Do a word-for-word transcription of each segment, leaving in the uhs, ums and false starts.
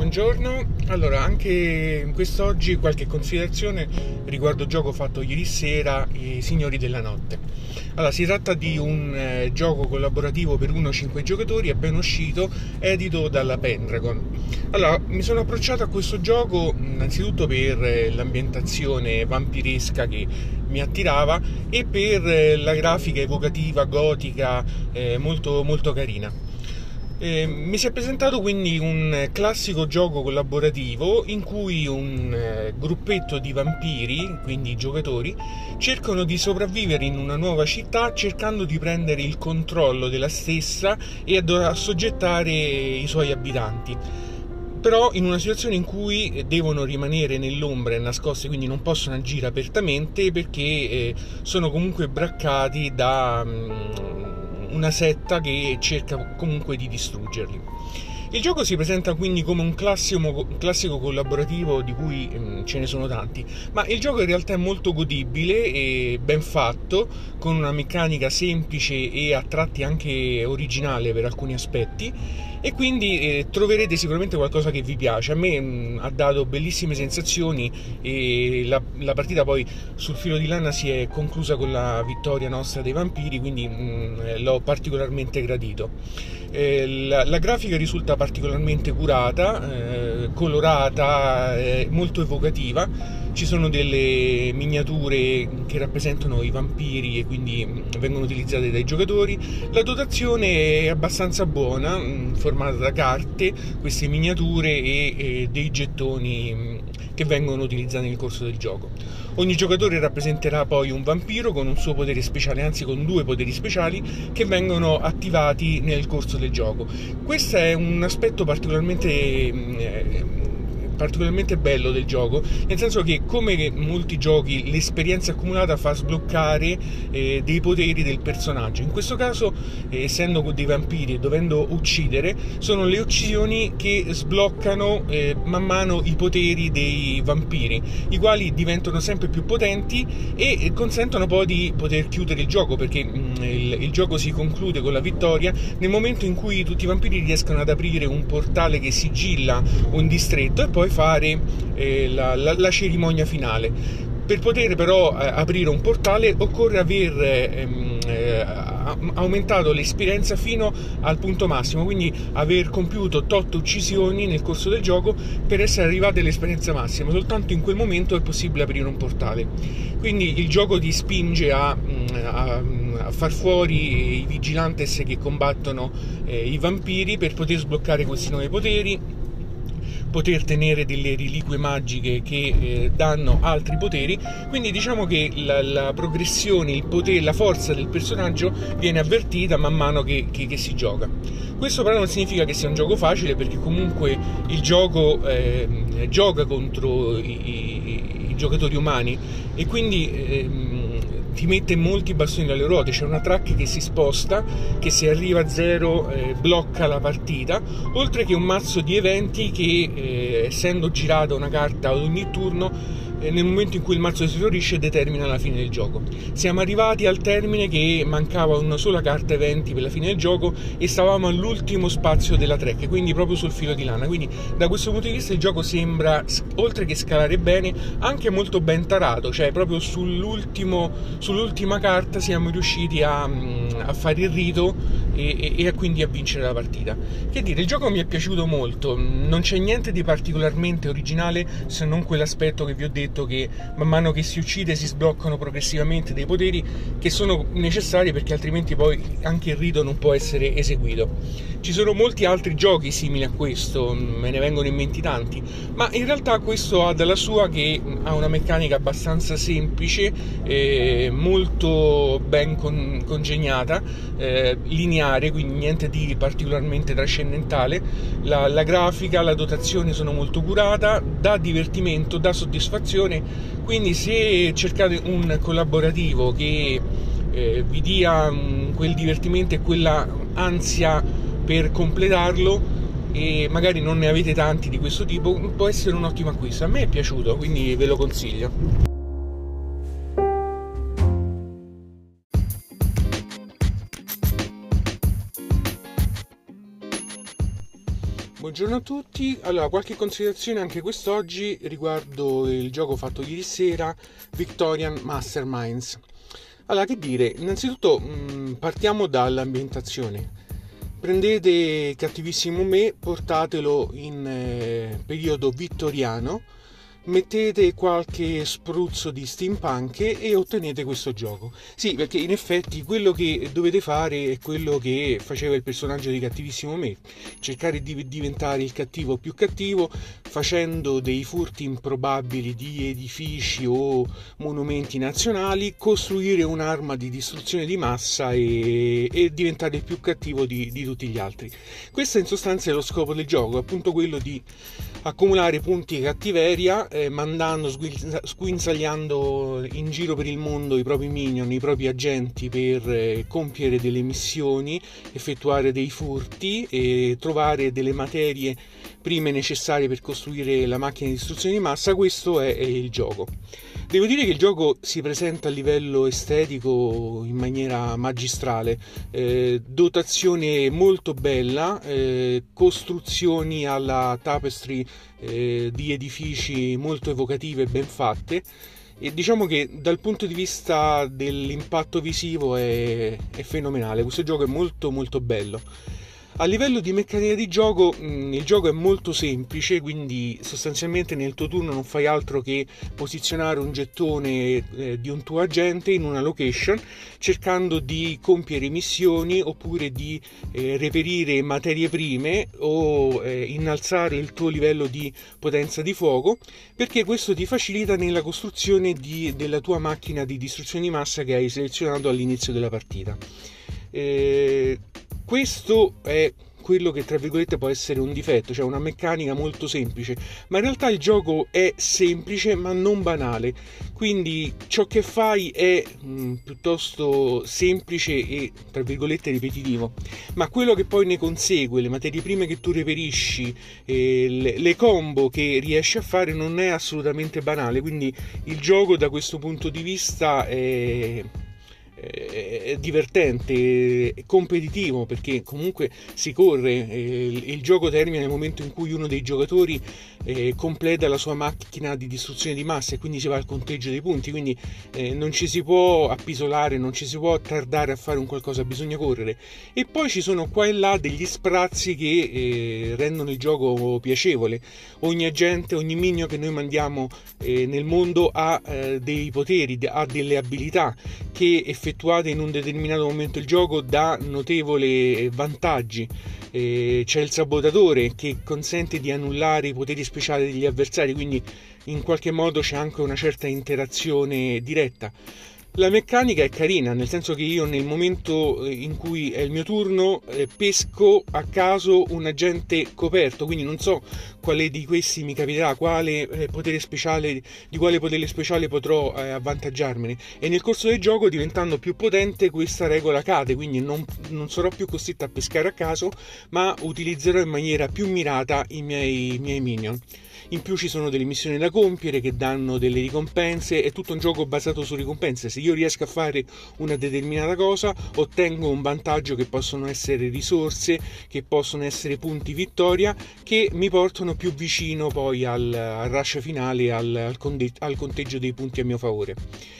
buongiorno. Allora, anche quest'oggi qualche considerazione riguardo il gioco fatto ieri sera, I Signori della Notte. Allora, si tratta di un eh, gioco collaborativo per uno a cinque giocatori, appena uscito, edito dalla Pendragon. Allora, mi sono approcciato a questo gioco innanzitutto per eh, l'ambientazione vampiresca che mi attirava e per eh, la grafica evocativa, gotica, eh, molto, molto carina. Eh, mi si è presentato quindi un classico gioco collaborativo in cui un eh, gruppetto di vampiri, quindi giocatori, cercano di sopravvivere in una nuova città cercando di prendere il controllo della stessa e ad assoggettare i suoi abitanti. Però in una situazione in cui devono rimanere nell'ombra e nascosti, quindi non possono agire apertamente perché eh, sono comunque braccati da mm, una setta che cerca comunque di distruggerli. Il gioco si presenta quindi come un classico, classico collaborativo di cui mh, ce ne sono tanti, ma il gioco in realtà è molto godibile e ben fatto, con una meccanica semplice e a tratti anche originale per alcuni aspetti, e quindi eh, troverete sicuramente qualcosa che vi piace. A me mh, ha dato bellissime sensazioni e la, la partita poi sul filo di lana si è conclusa con la vittoria nostra dei vampiri, quindi mh, l'ho particolarmente gradito. Eh, la, la grafica risulta particolarmente curata, eh, colorata, eh, molto evocativa. Ci sono delle miniature che rappresentano i vampiri e quindi vengono utilizzate dai giocatori. La dotazione è abbastanza buona, formata da carte, queste miniature e, e dei gettoni che vengono utilizzati nel corso del gioco. Ogni giocatore rappresenterà poi un vampiro con un suo potere speciale, anzi con due poteri speciali che vengono attivati nel corso del gioco. Questo è un aspetto particolarmente eh, particolarmente bello del gioco, nel senso che, come molti giochi, l'esperienza accumulata fa sbloccare eh, dei poteri del personaggio. In questo caso, eh, essendo dei vampiri e dovendo uccidere, sono le uccisioni che sbloccano eh, man mano i poteri dei vampiri, i quali diventano sempre più potenti e consentono poi di poter chiudere il gioco, perché mh, il, il gioco si conclude con la vittoria nel momento in cui tutti i vampiri riescono ad aprire un portale che sigilla un distretto e poi fare eh, la, la, la cerimonia finale. Per poter però eh, aprire un portale occorre aver ehm, eh, aumentato l'esperienza fino al punto massimo, quindi aver compiuto tot uccisioni nel corso del gioco per essere arrivati all'esperienza massima. Soltanto in quel momento è possibile aprire un portale. Quindi il gioco ti spinge a, a, a far fuori i vigilantes che combattono eh, i vampiri per poter sbloccare questi nuovi poteri, poter tenere delle reliquie magiche che eh, danno altri poteri. Quindi diciamo che la, la progressione, il potere, la forza del personaggio viene avvertita man mano che, che, che si gioca. Questo però non significa che sia un gioco facile, perché comunque il gioco eh, gioca contro i, i, i giocatori umani e quindi eh, ti mette molti bastoni dalle ruote. C'è una track che si sposta, che se arriva a zero eh, blocca la partita, oltre che un mazzo di eventi che eh, essendo girata una carta ad ogni turno, eh, nel momento in cui il mazzo si esaurisce determina la fine del gioco. Siamo arrivati al termine che mancava una sola carta eventi per la fine del gioco e stavamo all'ultimo spazio della track, quindi proprio sul filo di lana. Quindi da questo punto di vista il gioco sembra, oltre che scalare bene, anche molto ben tarato, cioè proprio sull'ultimo sull'ultima carta siamo riusciti a, a fare il rito e, e, e quindi a vincere la partita. Che dire, il gioco mi è piaciuto molto, non c'è niente di particolarmente originale se non quell'aspetto che vi ho detto, che man mano che si uccide si sbloccano progressivamente dei poteri che sono necessari, perché altrimenti poi anche il rito non può essere eseguito. Ci sono molti altri giochi simili a questo, me ne vengono in mente tanti, ma in realtà questo ha dalla sua che ha una meccanica abbastanza semplice, eh, molto ben con, congegnata, eh, lineare, quindi niente di particolarmente trascendentale. La, la grafica, la dotazione sono molto curata, dà divertimento, dà soddisfazione. Quindi se cercate un collaborativo che eh, vi dia um, quel divertimento e quella ansia per completarlo, e magari non ne avete tanti di questo tipo, può essere un ottimo acquisto. A me è piaciuto, quindi ve lo consiglio. Buongiorno a tutti. Allora, qualche considerazione anche quest'oggi riguardo il gioco fatto ieri sera, Victorian Masterminds. Allora, che dire, innanzitutto mh, partiamo dall'ambientazione. Prendete Cattivissimo Me, portatelo in eh, periodo vittoriano, mettete qualche spruzzo di steampunk e ottenete questo gioco. Sì, perché in effetti quello che dovete fare è quello che faceva il personaggio di Cattivissimo Me, cercare di diventare il cattivo più cattivo facendo dei furti improbabili di edifici o monumenti nazionali, costruire un'arma di distruzione di massa e, e diventare il più cattivo di, di tutti gli altri. Questo in sostanza è lo scopo del gioco, appunto quello di accumulare punti di cattiveria, eh, mandando, sguinzagliando in giro per il mondo i propri minion, i propri agenti per eh, compiere delle missioni, effettuare dei furti e trovare delle materie prime necessarie per costruire la macchina di distruzione di massa. Questo è, è il gioco. Devo dire che il gioco si presenta a livello estetico in maniera magistrale, eh, dotazione molto bella, eh, costruzioni alla Tapestry eh, di edifici molto evocative e ben fatte, e diciamo che dal punto di vista dell'impatto visivo è, è fenomenale. Questo gioco è molto molto bello. A livello di meccanica di gioco, mh, il gioco è molto semplice, quindi sostanzialmente nel tuo turno non fai altro che posizionare un gettone eh, di un tuo agente in una location, cercando di compiere missioni oppure di eh, reperire materie prime o eh, innalzare il tuo livello di potenza di fuoco, perché questo ti facilita nella costruzione di, della tua macchina di distruzione di massa che hai selezionato all'inizio della partita. Eh, Questo è quello che tra virgolette può essere un difetto, cioè una meccanica molto semplice, ma in realtà il gioco è semplice ma non banale, quindi ciò che fai è mh, piuttosto semplice e tra virgolette ripetitivo, ma quello che poi ne consegue, le materie prime che tu reperisci, eh, le, le combo che riesci a fare, non è assolutamente banale, quindi il gioco da questo punto di vista è... è divertente, è competitivo, perché comunque si corre, il, il gioco termina nel momento in cui uno dei giocatori eh, completa la sua macchina di distruzione di massa e quindi si va al conteggio dei punti, quindi eh, non ci si può appisolare, non ci si può tardare a fare un qualcosa, bisogna correre. E poi ci sono qua e là degli sprazzi che eh, rendono il gioco piacevole. Ogni agente, ogni minion che noi mandiamo eh, nel mondo ha eh, dei poteri, ha delle abilità che effettuate in un determinato momento del gioco dà notevoli vantaggi. Eh, c'è il sabotatore che consente di annullare i poteri speciali degli avversari, quindi in qualche modo c'è anche una certa interazione diretta. La meccanica è carina, nel senso che io nel momento in cui è il mio turno eh, pesco a caso un agente coperto, quindi non so quale di questi mi capiterà, quale eh, potere speciale, di quale potere speciale potrò eh, avvantaggiarmene, e nel corso del gioco, diventando più potente, questa regola cade, quindi non, non sarò più costretto a pescare a caso, ma utilizzerò in maniera più mirata i miei, i miei minion. In più ci sono delle missioni da compiere che danno delle ricompense, è tutto un gioco basato su ricompense. Se io riesco a fare una determinata cosa, ottengo un vantaggio che possono essere risorse, che possono essere punti vittoria, che mi portano più vicino poi al, al rush finale, al, al, conde, al conteggio dei punti a mio favore.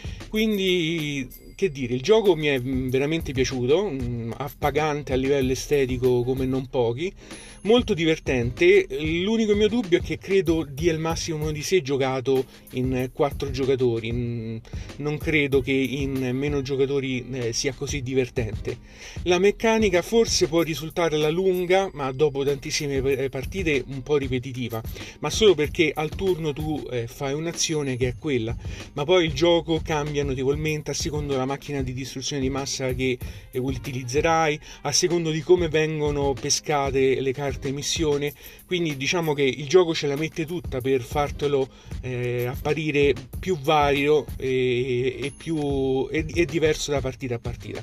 Quindi, che dire, il gioco mi è veramente piaciuto, appagante a livello estetico come non pochi, molto divertente. L'unico mio dubbio è che credo dia il massimo di sé giocato in quattro giocatori, non credo che in meno giocatori eh, sia così divertente. La meccanica forse può risultare alla lunga, ma dopo tantissime partite un po' ripetitiva, ma solo perché al turno tu eh, fai un'azione che è quella, ma poi il gioco cambia notevolmente a secondo della macchina di distruzione di massa che eh, utilizzerai, a secondo di come vengono pescate le carte missione, quindi diciamo che il gioco ce la mette tutta per fartelo eh, apparire più vario e, e più e, e diverso da partita a partita.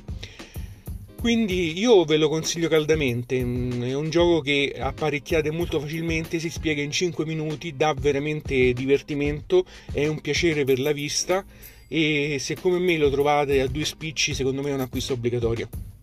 Quindi io ve lo consiglio caldamente, è un gioco che apparecchiate molto facilmente, si spiega in cinque minuti, dà veramente divertimento, è un piacere per la vista, e se come me lo trovate a due spicci, secondo me è un acquisto obbligatorio.